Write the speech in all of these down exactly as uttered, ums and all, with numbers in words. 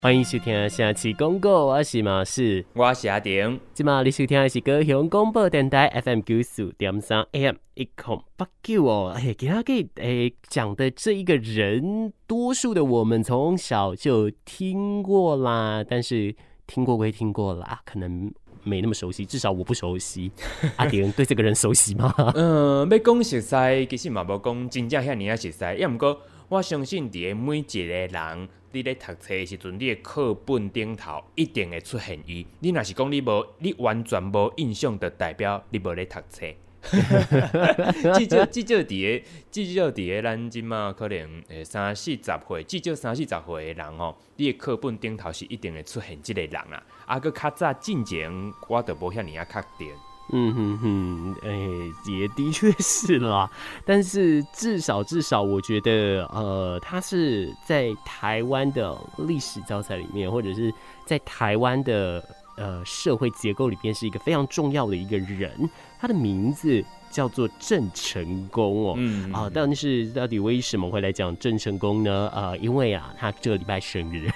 欢迎收听下期公告，我是马士， 我是阿丁。 今晚你收听的是高雄广播电台 F M 九四点三 A M 一零八九哦。哎，给他给哎讲的这一个人，多数的我们从小就听过啦，但是听过归听过啦，可能没那么熟悉，至少我不熟悉。阿丁对这个人熟悉吗？ 嗯，要讲熟悉，其实嘛无讲真正遐尼啊熟悉，也毋过我相信伫个每一个人。你咧读册的时阵，你的课本顶头一定会出现伊。你若是讲你无，你完全无印象，就代表你无咧读册。至少至少伫个至少伫个咱即马可能诶三四十岁，至少三四十岁的人吼，你的课本顶头是一定会出现即个人啦。啊，佮较早进前，我就无遐尼啊确定。 嗯哼哼，哎、欸，也的确是啦，但是至少至少，我觉得，呃，他是在台湾的历史教材里面，或者是在台湾的呃社会结构里面，是一个非常重要的一个人。他的名字叫做郑成功哦，嗯啊，但是到底为什么会来讲郑成功呢？呃，因为啊，他这个礼拜生日，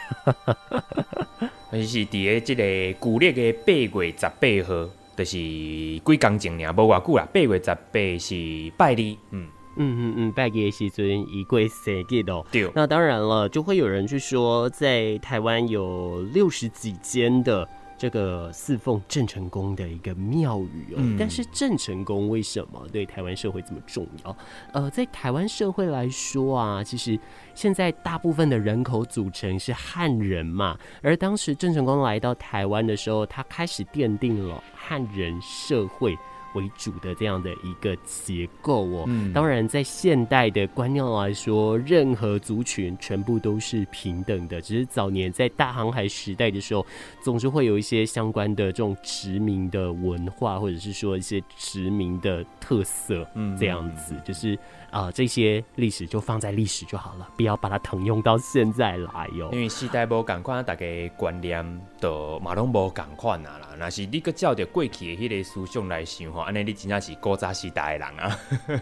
是伫个即个旧历的八月十八号。就是几工前尔，无偌久啦。八月十八是拜二，嗯嗯嗯嗯，拜二的时阵一过生日哦。 对， 那当然了，就会有人去说，在台湾有六十几间的这个侍奉郑成功的一个庙宇哦。嗯、但是郑成功为什么对台湾社会这么重要？呃，在台湾社会来说啊，其实现在大部分的人口组成是汉人嘛，而当时郑成功来到台湾的时候，他开始奠定了汉人社会为主的这样的一个结构哦。嗯、当然，在现代的观念来说，任何族群全部都是平等的。只是早年在大航海时代的时候，总是会有一些相关的这种殖民的文化，或者是说一些殖民的特色，这样子，嗯、就是啊、呃，这些历史就放在历史就好了，不要把它誊用到现在来哦。 因为时代无同款，大家观念都嘛拢无同款啊啦。若是你搁照着过去的迄个思想来想吼，安尼你真正是古早时代的人啊。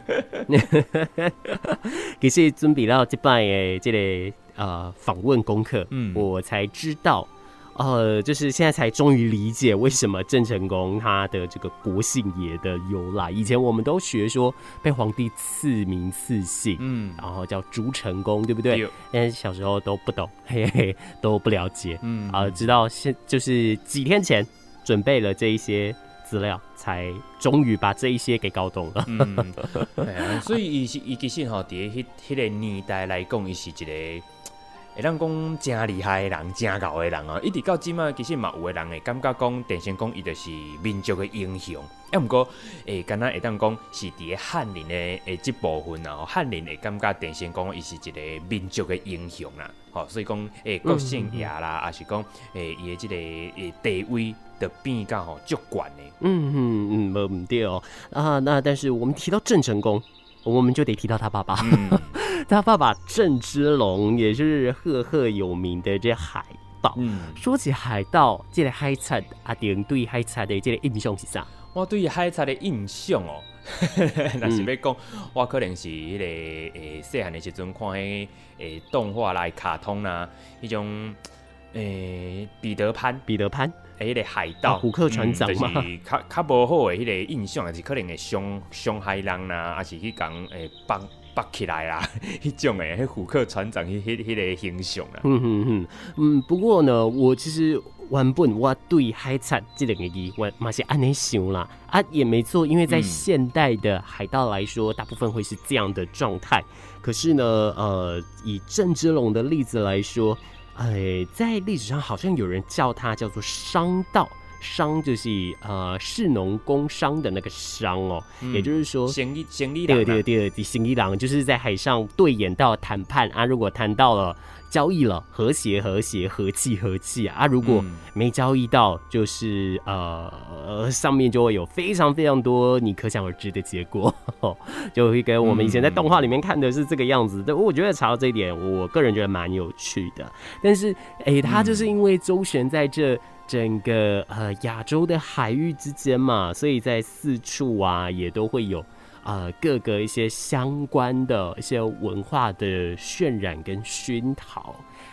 其实准备到这摆的这个呃访问功课，嗯，我才知道。呃，就是现在才终于理解为什么郑成功他的这个国姓爷的由来。以前我们都学说被皇帝赐名赐姓，嗯，然后叫朱成功，对不对？但是小时候都不懂，嘿嘿，都不了解，嗯啊、呃，直到现就是几天前准备了这一些资料，才终于把这一些给搞懂了。嗯， 对啊，所以伊是伊其实吼，伫迄迄个年代来讲，伊是一个。会当讲真厉害的人，真牛的人哦，一直到即马，其实嘛有的人会感觉讲，郑成功伊就是民族的英雄。啊，毋过诶，敢若会当讲是伫个汉人的诶即部分啊，汉人会感觉郑成功伊是一个民族的英雄啦。吼，所以讲诶国姓爷啦，还是讲诶伊的即个诶地位的变到吼足悬的。 嗯嗯嗯，无毋对哦啊。那但是我们提到郑成功，我们就得提到他爸爸。嗯他爸爸郑芝龙也是赫赫有名的这海盗。嗯，说起海盗，这个海贼阿丁对海贼的这个印象是啥？ 我对海贼的印象哦，若是要讲，我可能是迄、那个诶细汉的时阵看迄诶动画啦、卡通啦，迄种诶彼得潘， 彼得潘。 诶，迄个海盗， 虎克船长嘛， 嗯、就是较较无好的迄个印象，就是可能会伤伤害人啦，还是去讲诶绑绑起来啦，迄种诶，迄虎克船长迄迄迄个形象啦。 嗯哼哼，嗯，不过呢，我其实原本我对海贼这两个字，我嘛是安尼想啦，啊也没错，因为在现代的海盗来说，嗯、大部分会是这样的状态。可是呢，呃，以郑芝龙的例子来说。哎，在历史上好像有人叫它叫做商道，商就是呃士农工商的那个商哦，嗯、也就是说生意生意人、啊， 对对对，生意人就是在海上对演到谈判啊，如果谈到了交易了，和谐和谐，和气和气啊，如果没交易到，就是呃上面就会有非常非常多你可想而知的结果，就会跟我们以前在动画里面看的是这个样子。嗯、我觉得查到这一点，我个人觉得蛮有趣的。但是，哎，他就是因为周旋在这整个呃亚洲的海域之间嘛，所以在四处啊也都会有。呃，各个一些相关的一些文化的渲染跟熏陶，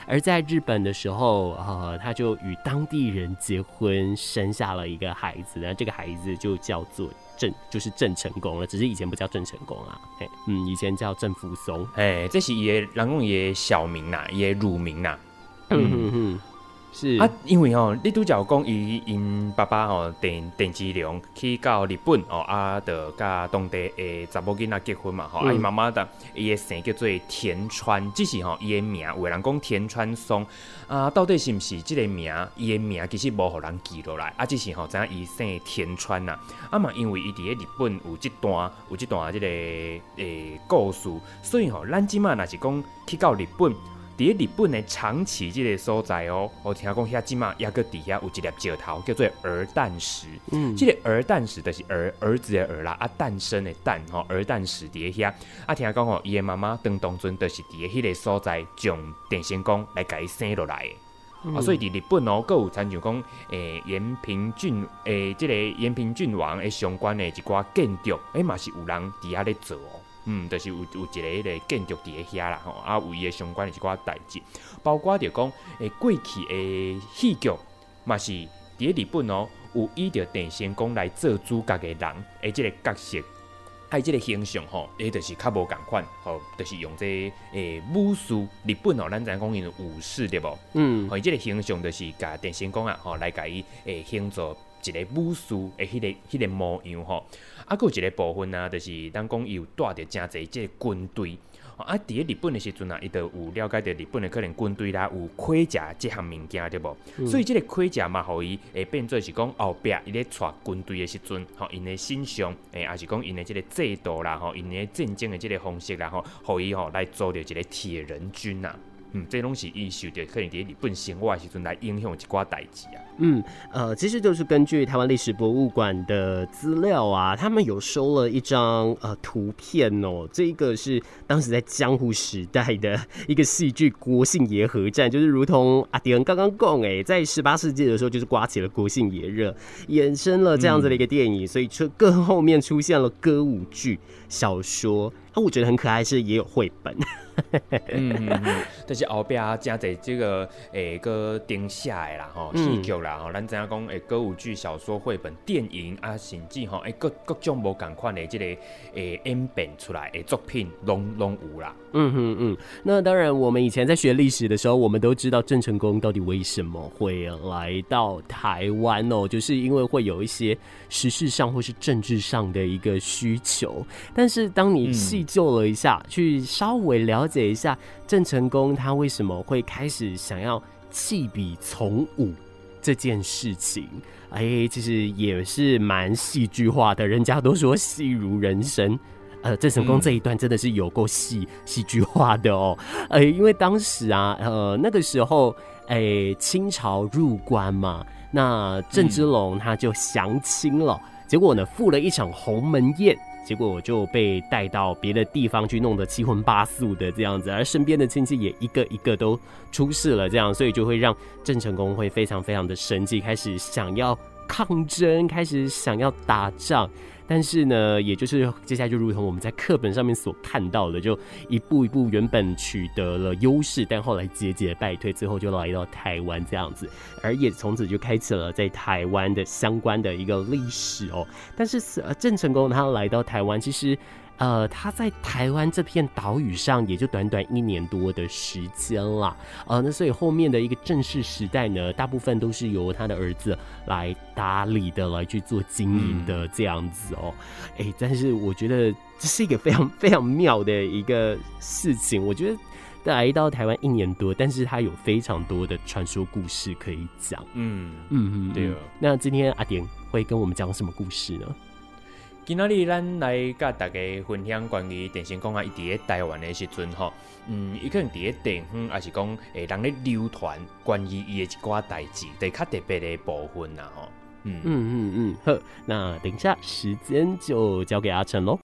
而在日本的时候，呃，他就与当地人结婚，生下了一个孩子，那这个孩子就叫做郑，就是郑成功了，只是以前不叫郑成功啊，嗯，以前叫郑福松， 哎，这是伊的人讲伊的小名啦，伊的乳名啦， 嗯哼哼。是啊，因为吼、喔，你拄则有讲伊因爸爸吼田田志良去到日本哦，啊，就甲当地的查某囡仔结婚嘛吼，啊，伊妈妈的伊的姓叫做田川，只是吼伊的名，有人讲田川松啊，到底是毋是即个名？伊的名其实无互人记落来，啊，只是吼知影伊姓田川呐，啊嘛，因为伊伫咧日本有即段有即段即、這个诶、欸、故事，所以吼、喔，咱即马若是讲去到日本。伫日本的长崎这个所在哦，我听讲遐即马抑个底下有一粒石头叫做儿诞石。嗯，这个儿诞石就是儿儿子的儿啦，啊诞生的诞吼，儿诞石伫咧遐。啊，听讲吼，伊的妈妈当当阵就是伫咧迄个所在，将电线杆来甲伊生落来的。嗯、啊，所以伫日本哦，佫有参像讲诶延平郡诶，即、這个延平郡王诶相关的一寡建筑，诶嘛是有人伫遐咧做哦。嗯，就是有有一个个建筑伫咧遐啦吼，啊有伊个相关的一寡代志，包括着讲诶过去诶戏剧嘛是伫咧日本哦，有以着电线杆来做主角诶人，诶即个角色，啊即个形象吼，诶就是较无共款，吼，就是用这诶武术，日本哦，咱知影讲因武士对无？嗯，吼伊即个形象就是甲电线杆啊，吼来甲伊诶形做一个武士诶迄个迄个模样吼。啊，佫有一个部分啊，就是咱讲伊有带着真侪即个军队。啊，伫咧日本的时阵啊，伊就有了解到日本的可能军队啦，有盔甲即项物件对无？嗯、所以即个盔甲嘛，互伊会变做是讲后壁伊咧带军队的时阵，吼，因的形象，诶，也是讲因的即个制度啦，吼，因的战争的即个方式啦，吼，互伊吼来组着一个铁人军呐。嗯，这拢是伊受到可能伫日本生活的时阵来影响一寡代志啊。 嗯，呃，其实就是根据台湾历史博物馆的资料啊，他们有收了一张呃图片哦，这个是当时在江户时代的一个戏剧《国姓爷合战》，就是如同阿迪恩刚刚讲，哎，在十八世纪的时候就是刮起了国姓爷热，衍生了这样子的一个电影，嗯、所以出更后面出现了歌舞剧、小说，啊，我觉得很可爱，是也有绘本。 嗯嗯嗯，但是后壁真侪这个诶个顶下的啦吼，戏剧啦吼，咱知影讲诶歌舞剧、小说、绘本、电影啊，甚至吼诶各各种无共款的这个诶演变出来的作品，拢拢有啦。 嗯哼嗯，那当然，我们以前在学历史的时候，我们都知道郑成功到底为什么会来到台湾哦，就是因为会有一些时事上或是政治上的一个需求。但是当你细究了一下，嗯、去稍微了解一下郑成功他为什么会开始想要弃笔从武这件事情，哎，其实也是蛮戏剧化的。人家都说戏如人生。呃，郑成功这一段真的是有够戏戏剧化的哦，呃，因为当时啊，呃，那个时候，哎，清朝入关嘛，那郑芝龙他就降清了，嗯、结果呢，赴了一场鸿门宴，结果我就被带到别的地方去，弄得七荤八素的这样子，而身边的亲戚也一个一个都出事了，这样，所以就会让郑成功会非常非常的生气，开始想要抗争，开始想要打仗。但是呢，也就是接下来就如同我们在课本上面所看到的，就一步一步原本取得了优势，但后来节节败退，最后就来到台湾这样子，而也从此就开启了在台湾的相关的一个历史哦。但是郑成功他来到台湾，其实呃他在台湾这片岛屿上也就短短一年多的时间啦，呃那所以后面的一个正式时代呢，大部分都是由他的儿子来打理的，来去做经营的这样子哦。哎、欸，但是我觉得这是一个非常非常妙的一个事情。我觉得来到台湾一年多，但是他有非常多的传说故事可以讲。嗯嗯嗯，对哦。那今天阿典会跟我们讲什么故事呢？ 今仔日咱来甲大家分享关于郑成功啊，伊伫咧台湾的时阵吼，嗯，伊可能伫咧地方，还是讲诶，人咧流传关于伊的一寡代志，对较特别的部分啦吼。嗯嗯嗯嗯，好，那等一下时间就交给阿成喽。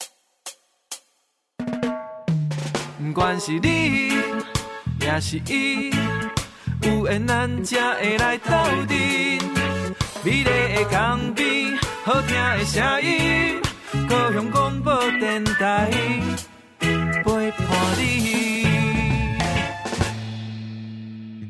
不管是你也是伊，有缘咱才会来斗阵，美丽的港边，好听的声音。高雄广播电台陪伴你。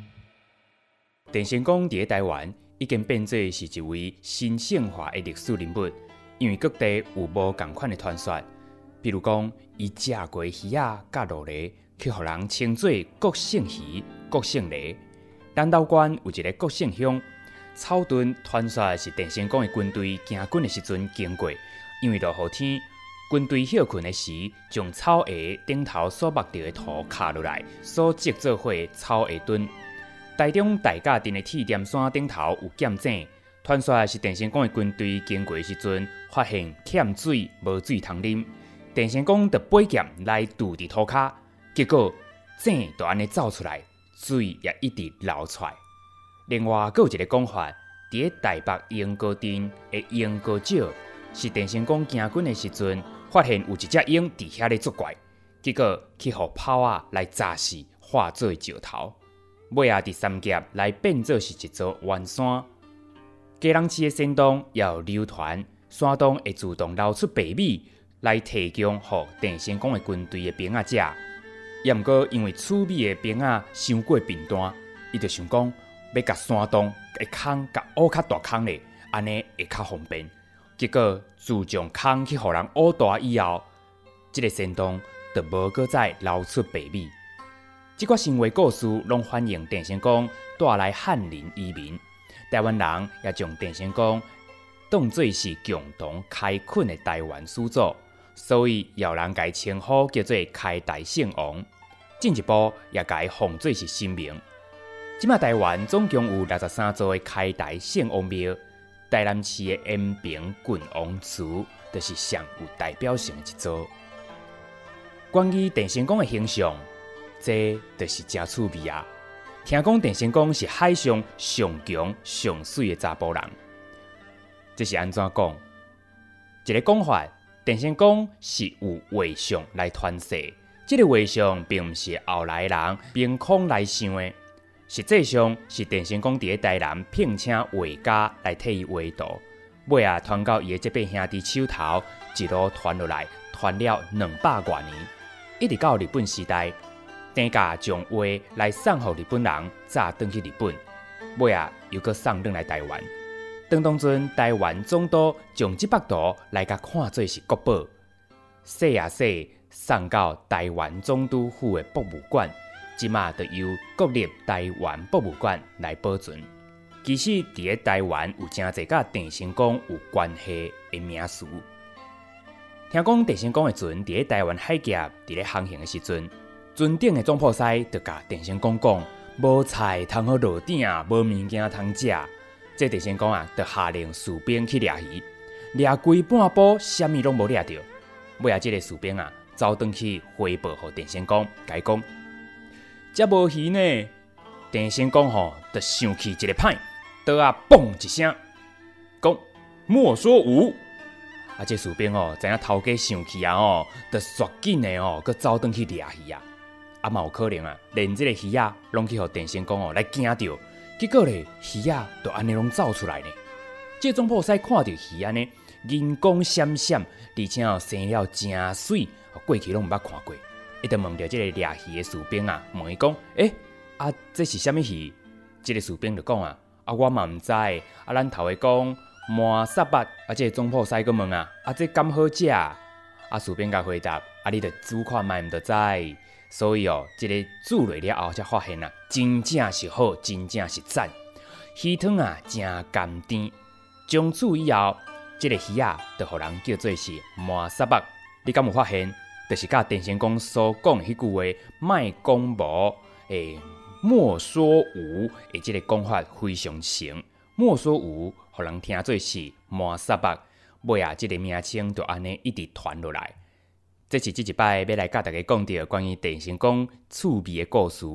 电线杆伫台湾已经变做是一位神圣化的历史人物，因为各地有无同款的传说，比如讲，伊食过鱼仔甲鹿螺，去互人称作国姓鱼、国姓螺。南投县有一个国姓乡，草屯传说是电线杆的军队行军的时阵经过，因为落雨天，军队休困的时，将草鞋顶头所摸到的土卡落来，所积做伙草鞋墩。台中大甲镇的铁店山顶头有剑井，传说是电线杆的军队经过时阵，发现欠水无水通啉，电线杆就拔剑来堵伫土骹，结果井就安尼走出来，水也一直流出来。另外，还有一个讲法，伫台北莺歌镇的莺歌石，是电线杆行军的时阵，发现有一只鹰伫遐咧作怪，结果去互炮仔来炸死，化做石头。尾仔伫三峡来变做是一座圆山，家人饲的仙洞也有流传，山洞会自动流出白米来提供予电线杆的军队的兵仔食。也毋过因为处米的兵仔伤过贫惰，伊就想讲要甲山洞的坑甲挖较大坑咧，安尼会较方便。结果自将坑去互人挖大以后，这个仙洞就无搁再流出白米。这个神话故事拢反映电线杆带来汉人移民，台湾人也将电线杆当作是共同开垦的台湾始祖，所以有人改称呼叫做开台圣王。进一步也改奉做是神明。即马台湾总共有六十三座的开台圣王庙，台南市的延平郡王祠就是上有代表性的一座。关于电线杆的形象，这就是真趣味啊！听讲电线杆是海上上强上水的查甫人，这是安怎讲？一个讲法，电线杆是有画像来传说，这个画像并不是后来人凭空来想的，实际上是电线杆伫台南聘请画家来替伊画图，尾啊传到伊的这辈兄弟手头，一路传落来，传了两百多年，一直到日本时代。丁家将画来送予日本人，再转去日本，尾啊又搁送转来台湾。当当阵，台湾总督将这幅图来甲看做是国宝，洗啊洗送到台湾总督府的博物馆，即马就由国立台湾博物馆来保存。其实，伫咧台湾有真侪甲电线杆有关系的名词。听讲电线杆的船伫咧台湾海峡伫咧航行的时阵。船顶的总铺师就甲电线杆讲，无菜通好落顶，无物件通食。这电线杆啊，就下令士兵去掠鱼，掠规半晡，啥物拢无掠着。尾啊，这个士兵啊，走转去回报予电线杆，甲伊讲：遮无鱼呢。电线杆吼，就生气一个歹，刀啊嘣一声，讲莫说无。啊，这士兵哦，知影头家生气啊哦，就抓紧的哦，佮走转去掠鱼啊。啊，嘛有可能啊，连这个鱼仔拢去互电线杆哦来惊着，结果咧鱼仔就安尼拢走出来呢。这总铺师看到鱼安尼银光闪闪，而且哦生了真水，过去拢毋捌看过。伊就问着这个掠鱼的士兵啊，问伊讲：诶、欸，啊，这是啥物鱼？这个士兵就讲啊：啊，我嘛毋知。啊，咱头下讲满沙巴，啊，这个总铺师佫问啊：啊，这敢好食？啊，士兵甲回答：啊，你着煮看卖毋着知。所以哦，这个煮落了后才发现啊，真正是好，真正是赞。鱼汤啊，真甘甜。从此以后，这个鱼啊，就互人叫做是满沙巴。你敢有发现？就是甲电线杆所讲的迄句话“卖讲无”诶，莫说无诶，这个讲法非常像。莫说无，互人听做是满沙巴。尾啊，这个名称就安尼一直传落来。这是这一摆要来甲大家讲到关于电线杆趣味的故事。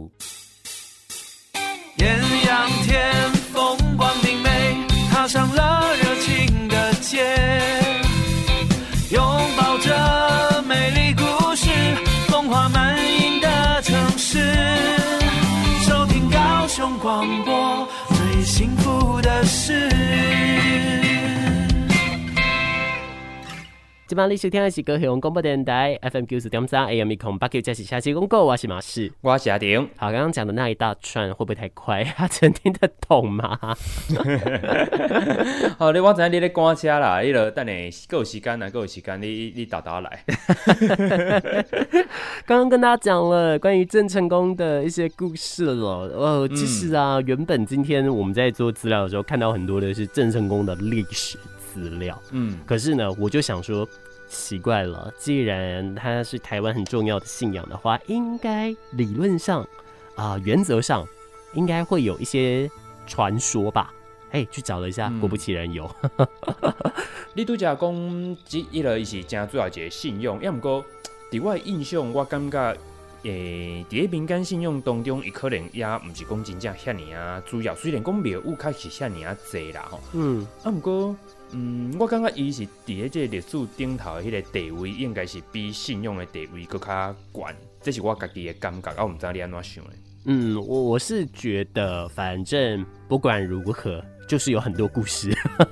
艳阳天，风光明媚，踏上了热情的街，拥抱着美丽故事，风华满盈的城市。收听高雄广播，最幸福的事。 今晚你收听的是高雄广播电台 F M 九十点三 A M 一零八九，这是下期公告，我是马士， 我是阿丁。 好，刚刚讲的那一大串会不会太快？他真听得懂吗？ 好，你我知影你咧赶车啦，你著等下还有时间啊，还有时间，你你豆豆来。 刚刚跟大家讲了关于郑成功的一些故事了，呃，其实啊，嗯、原本今天我们在做资料的时候，看到很多的是郑成功的历史资料，嗯，可是呢，我就想说，奇怪了，既然他是台湾很重要的信仰的话，应该理论上啊、呃，原则上应该会有一些传说吧？哎，去找了一下，嗯、果不其然有。 你拄则讲，即一个是真主要一个信仰，要毋过，伫我的印象，我感觉。诶，伫、欸、个民间信仰当中，伊可能也毋是讲真正遐尔啊主要。虽然讲庙宇较是遐尔啊济啦吼，嗯，啊毋过，嗯，我感觉伊是伫个即个历史顶头的迄个地位，应该是比信仰的地位搁较悬。这是我家己的感觉，啊，我毋知道你安怎想的。 嗯，我我是觉得，反正不管如何，就是有很多故事。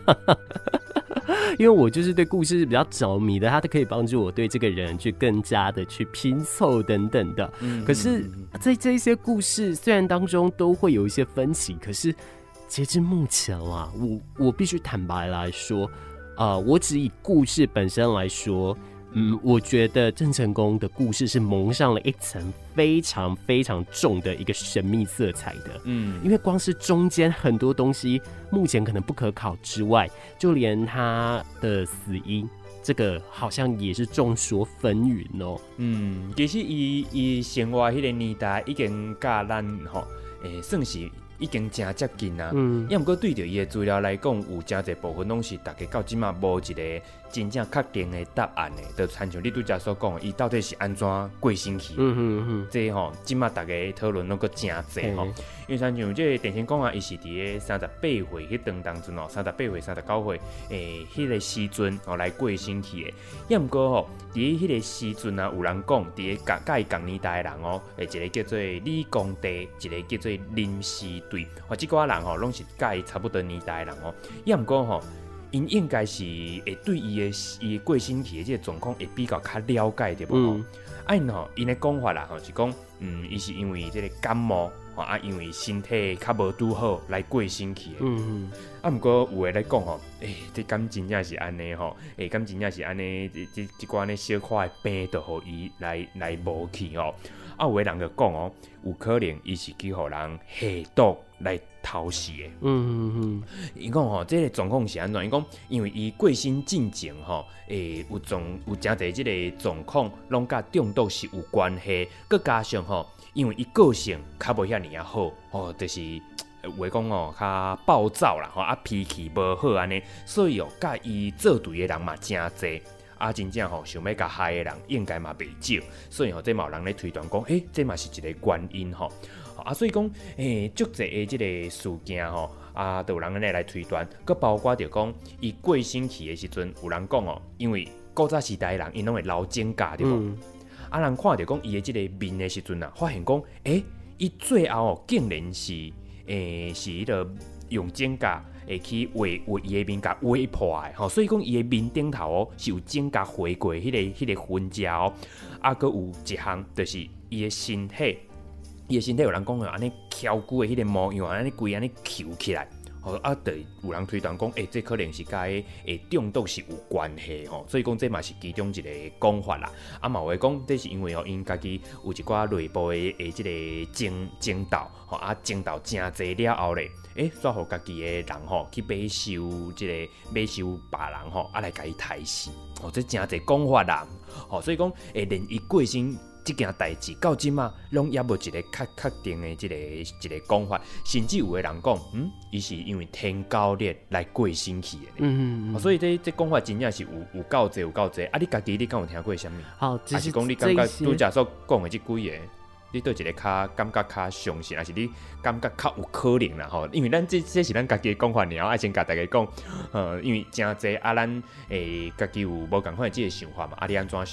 因为我就是对故事是比较着迷的，它都可以帮助我对这个人去更加的去拼凑等等的。嗯、可是，在这一些故事虽然当中都会有一些分歧，可是截至目前啊，我我必须坦白来说，呃，我只以故事本身来说。嗯，我觉得郑成功的故事是蒙上了一层非常非常重的一个神秘色彩的。嗯，因为光是中间很多东西目前可能不可考之外，就连他的死因，这个好像也是众说纷纭哦。 嗯，其实伊伊生活迄个年代已经甲咱吼，诶，算是。已经真接近啊，嗯，也毋过对着伊的资料来讲，有真侪部分拢是大家到即马无一个真正确定的答案的，就亲像你拄则所讲，伊到底是安怎过身去？嗯嗯嗯，这吼即马大家讨论拢个真侪吼，因为像像这电线讲啊，伊是伫个三十八岁迄段当中哦，三十八岁、三十九岁诶，迄、那个时阵哦来过身去的。也毋过吼，伫迄个时阵啊，有人讲伫个甲甲伊同年代的人哦，诶，一个叫做李光地，一个叫做林时。对，或即寡人吼，拢是甲伊差不多年代的人哦。也毋过吼，因应该是会对伊的伊过身体的即个状况会比较较了解对无吼？啊因吼，因的讲法啦吼是讲，嗯，伊是因为即个感冒，吼啊，因为身体较无拄好来过身去的。嗯嗯。啊，毋过有诶来讲吼，诶、欸，这敢真正是安尼吼？诶、欸，敢真正是安尼？即即即寡呢小可的病，就互伊来来无去吼。啊，有诶人就讲哦，有可能伊是去互人下毒来偷死的。嗯嗯嗯。伊讲吼，这个状况是安怎？伊讲，因为伊过身进前吼，诶、欸，有状有真侪即个状况，拢甲中毒是有关系。佮加上吼，因为伊个性较无遐尔啊好，吼，就是。话讲哦，较暴躁啦，吼啊脾气无好安尼，所以哦，甲伊作对的人嘛真侪，啊真正吼想要甲害的人应该嘛袂少，所以吼这嘛有人咧推断讲，诶、欸，这嘛是一个原因吼，啊所以讲，诶、欸，足侪的即个事件吼，啊都有人安尼来推断，佮包括着讲伊过身去的时阵，有人讲哦，因为古早时代的人因拢会留指甲对无，嗯、啊人看着讲伊的即个面的时阵啊，发现讲，诶、欸，伊最后哦竟然是。诶，是迄个用指甲会去画画伊的面甲划破的吼，所以讲伊的面顶头哦是有指甲划过迄、那个迄、那个痕迹哦，啊，佮有一项就是伊的身体，伊的身体有人讲有安尼翘骨的迄个模样，安尼规安尼翘起来。吼啊，就有人推断讲，诶、欸，这可能是甲诶中毒是有关系吼，所以讲这嘛是其中一个讲法啦。啊，嘛有诶讲，这是因为哦，因家己有一寡内部诶诶，即个争争斗，吼啊，争斗真侪了后咧，诶、欸，煞互家己诶人吼去买收即、这个买收别人吼，啊来甲伊杀死，吼，这真侪讲法啦。吼，所以讲，诶，连伊过身。这件代志到即嘛，拢也无一个确确定的即、这个一个讲法，甚至有的人讲，嗯，伊是因为天高烈来过身去的。嗯嗯嗯。所以这这讲法真正是有有够济有够济。啊，你家己你敢有听过啥物？ 好， 还是讲你感觉拄则所讲的即几个，你对一个较感觉较相信，还是你感觉较有可能啦？吼，因为咱这这是咱家己的讲法，然后爱先甲大家讲，呃，因为真济啊，咱诶家己有无共款的即个想法嘛？啊，你安怎想？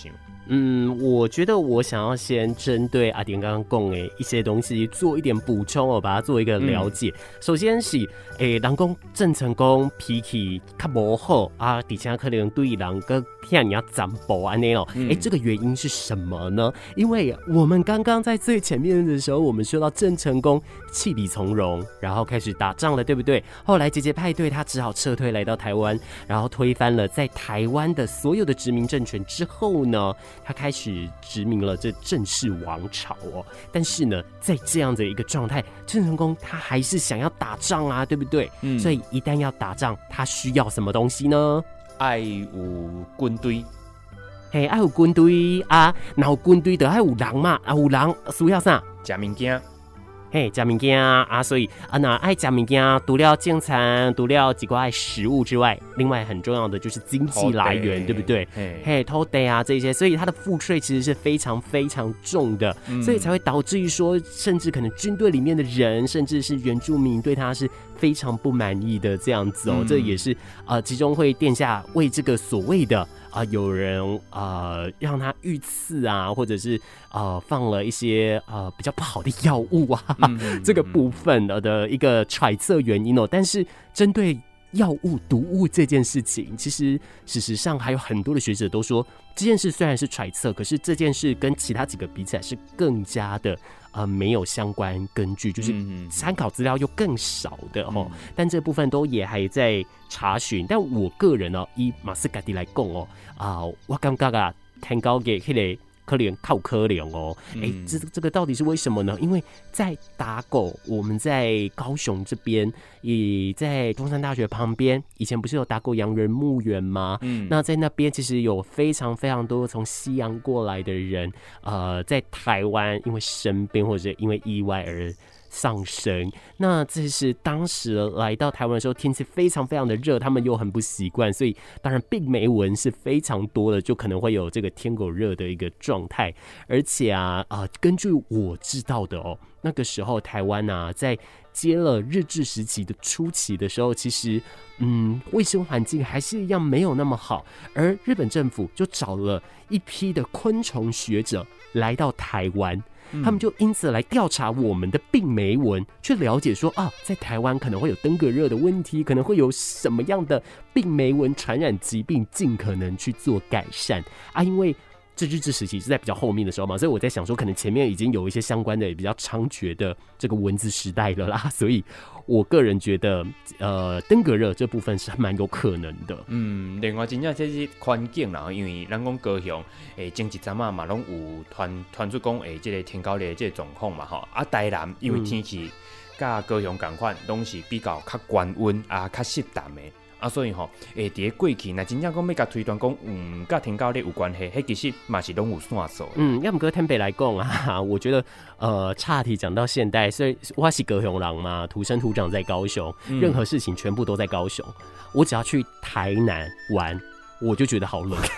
嗯，我觉得我想要先针对阿典刚刚讲的一些东西做一点补充哦，把它做一个了解。嗯、首先是诶，人讲郑成功脾气较无好啊，而且可能对人跟像你要斩步安尼哦，哎，这个原因是什么呢？因为我们刚刚在最前面的时候，我们说到郑成功弃笔从戎，然后开始打仗了，对不对？后来节节派对他只好撤退来到台湾，然后推翻了在台湾的所有的殖民政权之后呢，他开始殖民了这郑氏王朝哦。但是呢，在这样的一个状态，郑成功他还是想要打仗啊，对不对？嗯，所以一旦要打仗，他需要什么东西呢？ 爱有军队， 嘿，爱有军队啊，然后军队就爱有人嘛，啊有人需要啥？ 食物件。 嘿，食物件啊，所以啊，那爱食物件，除了正餐，除了几块食物之外，另外很重要的就是经济来源，对不对？嘿，土地啊这些，所以它的赋税其实是非常非常重的，嗯、所以才会导致于说，甚至可能军队里面的人，甚至是原住民对他是非常不满意的这样子哦。嗯、这也是呃，集中会殿下为这个所谓的。啊、呃，有人呃让他遇刺啊，或者是呃放了一些呃比较不好的药物啊，嗯、这个部分的一个揣测原因哦。但是针对药物毒物这件事情，其实事实上还有很多的学者都说，这件事虽然是揣测，可是这件事跟其他几个比起来是更加的。呃，没有相关根据，就是参考资料又更少的哦。嗯、但这部分都也还在查询。但我个人呢、哦，以马斯嘎迪来讲哦，啊、呃，我感觉啊，天高给迄个可怜靠可怜哦。哎、欸，这这个到底是为什么呢？因为在打狗，我们在高雄这边，也在中山大学旁边，以前不是有打狗洋人墓园吗？嗯，那在那边其实有非常非常多从西洋过来的人，呃，在台湾因为生病或者因为意外而丧生。那这是当时来到台湾的时候，天气非常非常的热，他们又很不习惯，所以当然病媒蚊是非常多的，就可能会有这个天狗热的一个状态。而且啊，呃，根据我知道的哦，那个时候台湾啊，在接了日治时期的初期的时候，其实嗯，卫生环境还是一样没有那么好，而日本政府就找了一批的昆虫学者来到台湾。他们就因此来调查我们的病媒蚊，去了解说啊，在台湾可能会有登革热的问题，可能会有什么样的病媒蚊传染疾病，尽可能去做改善啊。因为这日治时期是在比较后面的时候嘛，所以我在想说，可能前面已经有一些相关的比较猖獗的这个蚊子时代了啦，所以我个人觉得，呃，登革热这部分是蛮有可能的。 嗯，另外真正这是环境啦，因为咱讲高雄，诶，前一阵啊嘛，拢有传传出讲，诶，这个天高热这个状况嘛，吼，啊，台南因为天气甲高雄同款，拢是比较较高温啊，较湿淡的。啊，所以吼，诶，伫过去，那真正讲要甲推断讲，嗯，甲天高热有关系，迄其实嘛是拢有线索。 嗯，要么搁天北来讲啊，我觉得，呃，岔题讲到现代，所以我是高雄人嘛，土生土长在高雄，嗯、任何事情全部都在高雄。我只要去台南玩，我就觉得好冷。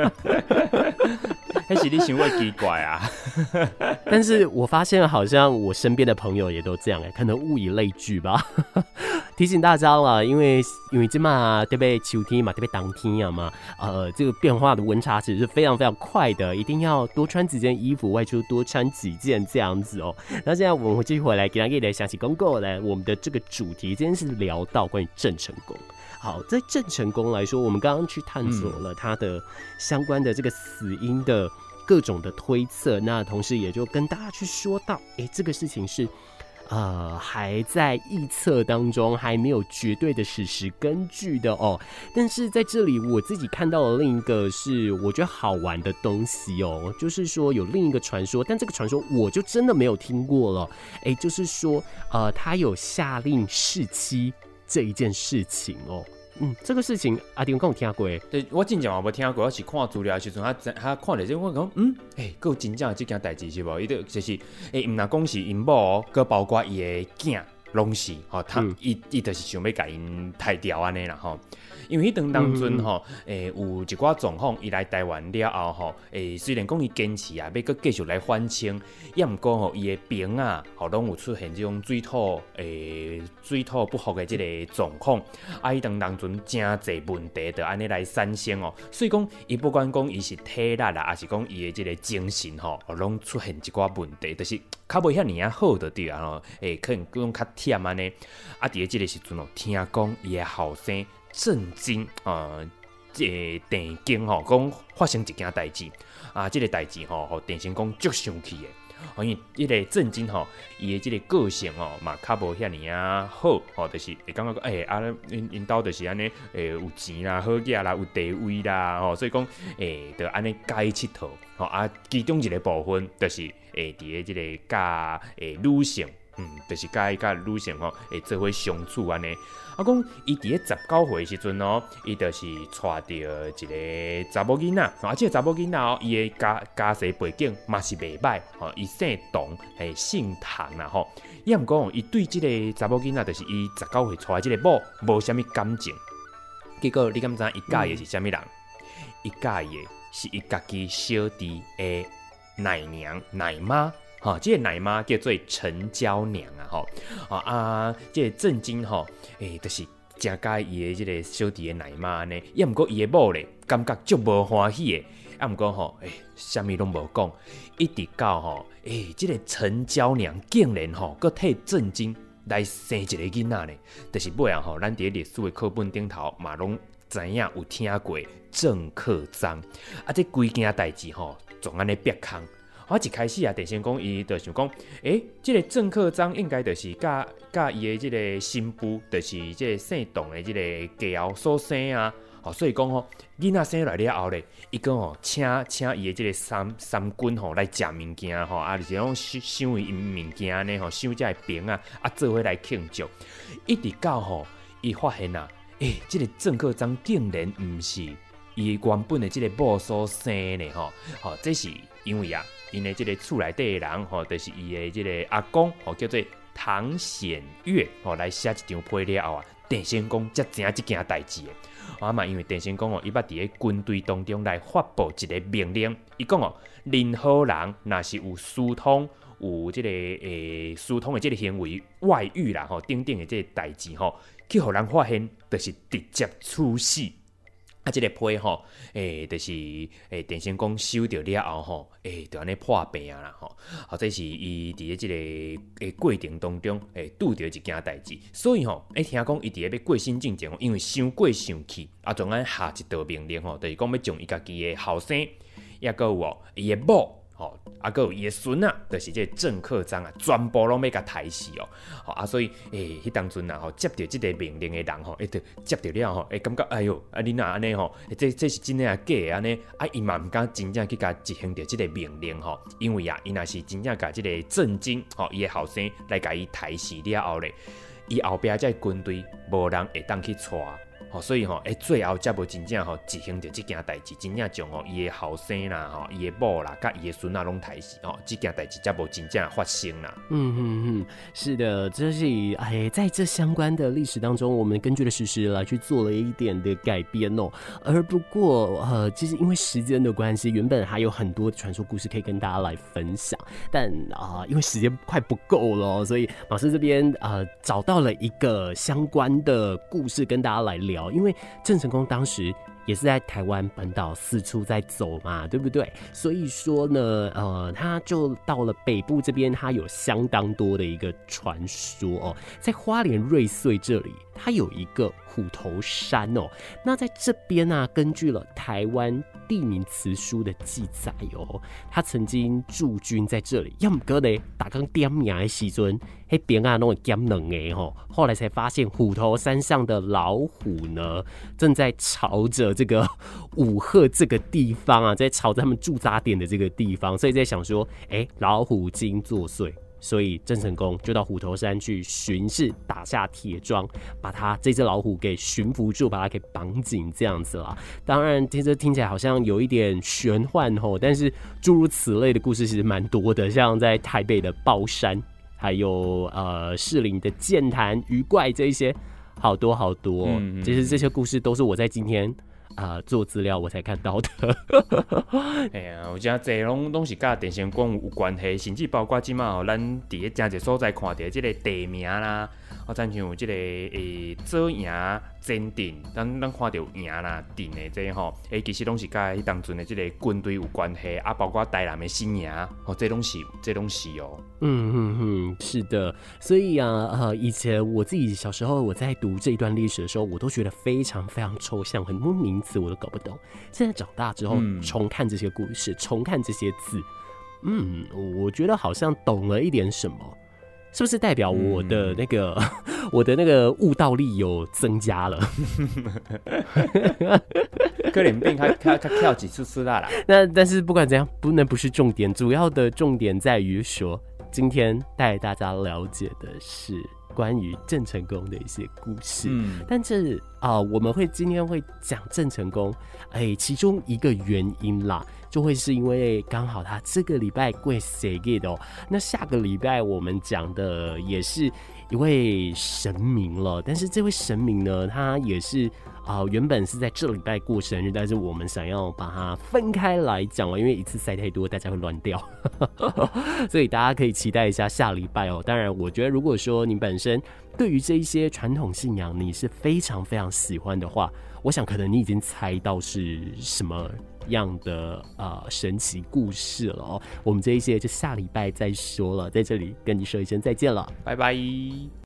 那是你想会奇怪啊？ 但是我发现好像我身边的朋友也都这样哎、欸，可能物以类聚吧。提醒大家了，因为因为这嘛对不对？秋天嘛对不对？当天啊嘛，呃，这个变化的温差其实是非常非常快的，一定要多穿几件衣服，外出多穿几件这样子哦。那现在我们继续回来给大家来详细公告来，我们的这个主题今天是聊到关于郑成功。好，在郑成功来说，我们刚刚去探索了他的相关的这个死因的各种的推测，那同时也就跟大家去说到，哎，这个事情是呃还在臆测当中，还没有绝对的史实根据的哦。但是在这里，我自己看到了另一个是我觉得好玩的东西哦，就是说有另一个传说，但这个传说我就真的没有听过了。哎，就是说呃，他有下令弑妻这一件事情哦。嗯，这个事情阿弟跟我听过， 对，我真正也无听过，我是看资料的时阵，他他看了之后，我讲，嗯，诶、欸，还有真正这件代志是无？伊就就是，诶、欸，唔若讲是因某，佮包括伊的囝， 拢是吼，他伊伊就是想要甲因杀掉安尼啦吼。因为迄当当阵吼，诶、嗯欸、有一寡状况，伊来台湾了后吼，诶、欸、虽然讲伊坚持啊，要搁继续来反清，也毋过吼，伊的病啊，吼拢有出现即种水土诶、欸、水土不服的即个状况，啊，迄当当阵真侪问题，就安尼来产生哦。所以讲，伊不管讲伊是体力啊，还是讲伊的即个精神吼，拢出现一寡问题，就是较无遐尔啊好着对啊吼，诶、欸、可能讲较忝安尼，啊，伫咧即个时阵哦，听讲伊的后生。震惊啊！这电经吼讲发生一件代志啊，这个代志吼，互电信讲足生气的。因为这个震惊吼，伊的这个个性吼嘛，较无遐尼啊好吼，就是会感觉讲，诶、欸、啊，因因兜就是安尼，诶、欸、有钱啦、好嘢啦、有地位啦，吼，所以讲，诶、欸，就安尼介佚佗，吼啊，其中一个部分就是诶，伫咧这个甲诶女性。嗯，就是甲伊甲女性吼，会做伙相处安尼。啊，讲伊伫咧十九岁时阵哦，伊就是娶着一个查某囡仔，啊，即、這個查某囡仔哦，伊的家家世背景嘛是袂歹，吼，伊姓唐，係姓唐啦吼。伊毋讲，伊對即個查某囡仔，就是伊十九歲娶的即個某，無啥物感情。結果你敢知伊嫁的是啥物人？伊嫁的是伊家己小弟的奶娘奶媽。吼、哦，即、這個奶媽叫做陳嬌娘啊，吼、哦，啊，即、這個震驚吼，誒、欸，就是真介伊的即個小弟的奶媽呢，也毋過伊的某咧，感覺足無歡喜的，啊，毋過吼，誒，啥物攏無講，一直到吼，誒、欸，即、這個陳嬌娘竟然吼，閣替震驚來生一個囡仔呢，就是尾啊吼，咱佇歷史的課本頂頭嘛攏知影有聽過鄭克臧，啊，這規件代誌吼，總安尼逼空。我一開始啊，電信講伊就想講，誒、欸，即、這個鄭克臧應該就是甲甲伊的即個新婦，就是即個姓唐的即個家後所生啊。哦，所以講吼，囡仔生來了後咧，伊講吼請請伊的即個三三軍吼來食物件吼，啊，就是講賞賞伊物件呢吼，賞遮個餅啊，啊做伙來慶祝。一直到吼，伊發現啊，誒、欸，即、這個鄭克臧竟然毋是伊原本的即個某所生呢吼，吼、哦，這是因為啊。因的即個厝內底的人吼，就是伊的即個阿公吼，叫做唐顯岳吼，來寫一張批了後啊，電仙公才知影即件代誌的。啊嘛，因為電仙公哦，伊捌佇咧軍隊當中來發布一個命令，伊講哦，任何人若是有私通有即、這個誒私通的即個行為外遇啦吼，等等的即個代誌吼，去互人發現，就是直接處死。啊，即、這個批吼，誒、欸，就是誒，電信公收到了後吼，誒、欸，就安尼破病啦吼，或者是伊佇咧即個誒過程當中，誒，拄着一件代誌，所以吼，誒，聽講伊佇咧要過身之前，因為傷過生氣，啊，總安下一道命令吼，就是講要將伊家己誒後生，抑閣有哦，伊誒某。吼，啊，閣有伊誒孫啊，就是即個鄭克臧啊，全部攏要甲刣死哦。吼啊，所以誒，迄、欸、當陣啊，吼接到即個命令誒人吼，一直接到了吼，會感覺哎喲，啊你若安尼吼，這這是真誒啊假誒安尼，啊伊嘛毋敢真正去甲執行着即個命令吼，因為啊，伊若是真正甲即個震驚吼，伊誒後生來甲伊刣死了後咧，伊後壁這軍隊無人會當去帶。吼，所以吼，誒，最後才無真正吼執行着即件代誌，真正將吼伊誒後生啦，吼伊誒某啦，甲伊誒孫啊攏刣死，吼，即件代誌才無真正發生啦。 嗯嗯嗯，是的，這是哎，在這相關的歷史當中，我們根據了事實來去做了一點的改編哦。而不過，呃，其實因為時間的關係，原本還有很多傳說故事可以跟大家來分享，但啊、呃，因為時間快不夠了，所以馬師這邊呃找到了一個相關的故事跟大家來聊。因為鄭成功當時也是在台灣本島四處在走嘛，對不對？所以說呢，呃，他就到了北部這邊，他有相當多的一個傳說哦。在花蓮瑞穗這裡，它有一個虎頭山哦。那在這邊啊，根據了台灣地名辭書的記載哦，他曾經駐軍在這裡。要唔過呢，打剛點名的時陣，那邊啊弄會減兩個哦。後來才發現虎頭山上的老虎呢，正在朝着這個武鶴這個地方啊，在朝着他們駐紮點的這個地方，所以在想說，哎、欸，老虎精作祟。所以鄭成功就到虎頭山去巡視，打下鐵樁，把他這隻老虎給馴服住，把它給綁緊，這樣子啦。當然，其實聽起來好像有一點玄幻吼，但是諸如此類的故事其實蠻多的，像在台北的豹山还有呃士林的剑潭鱼怪这一些，好多好多、哦。嗯嗯其实这些故事都是我在今天啊、呃、做资料我才看到的。 哎呀，有真侪拢拢是甲电线杆有关系，甚至包括即马吼，咱伫咧真侪所在看到即个地名啦，啊，亲像有即个诶左营前镇，咱咱看到营啦镇的这吼，诶，其实拢是甲迄当阵的即个军队有关系，啊，包括台南的新营，哦，这拢是，这拢是哦。 嗯嗯嗯，是的，所以啊，呃，以前我自己小时候我在读这一段历史的时候，我都觉得非常非常抽象，很多名词我都搞不懂。现在长大之后，嗯、重看这些故事，重看这些字，嗯，我觉得好像懂了一点什么。是不是代表我的那个、嗯、我的那个悟道力有增加了？ 可能变他他他跳几次次啦啦。 那但是不管怎样，不能不是重点，主要的重点在于说，今天带大家了解的是关于郑成功的一些故事。嗯，但是啊、呃，我们会今天会讲郑成功，哎，其中一个原因啦。就会是因为刚好他这个礼拜过生日哦，那下个礼拜我们讲的也是一位神明了，但是这位神明呢，他也是啊、呃，原本是在这礼拜过生日，但是我们想要把它分开来讲哦，因为一次塞太多，大家会乱掉，所以大家可以期待一下下礼拜哦。当然，我觉得如果说你本身对于这一些传统信仰你是非常非常喜欢的话，我想可能你已经猜到是什么样的呃神奇故事了哦。我们这一些就下礼拜再说了，在这里跟你说一声再见了， 拜拜。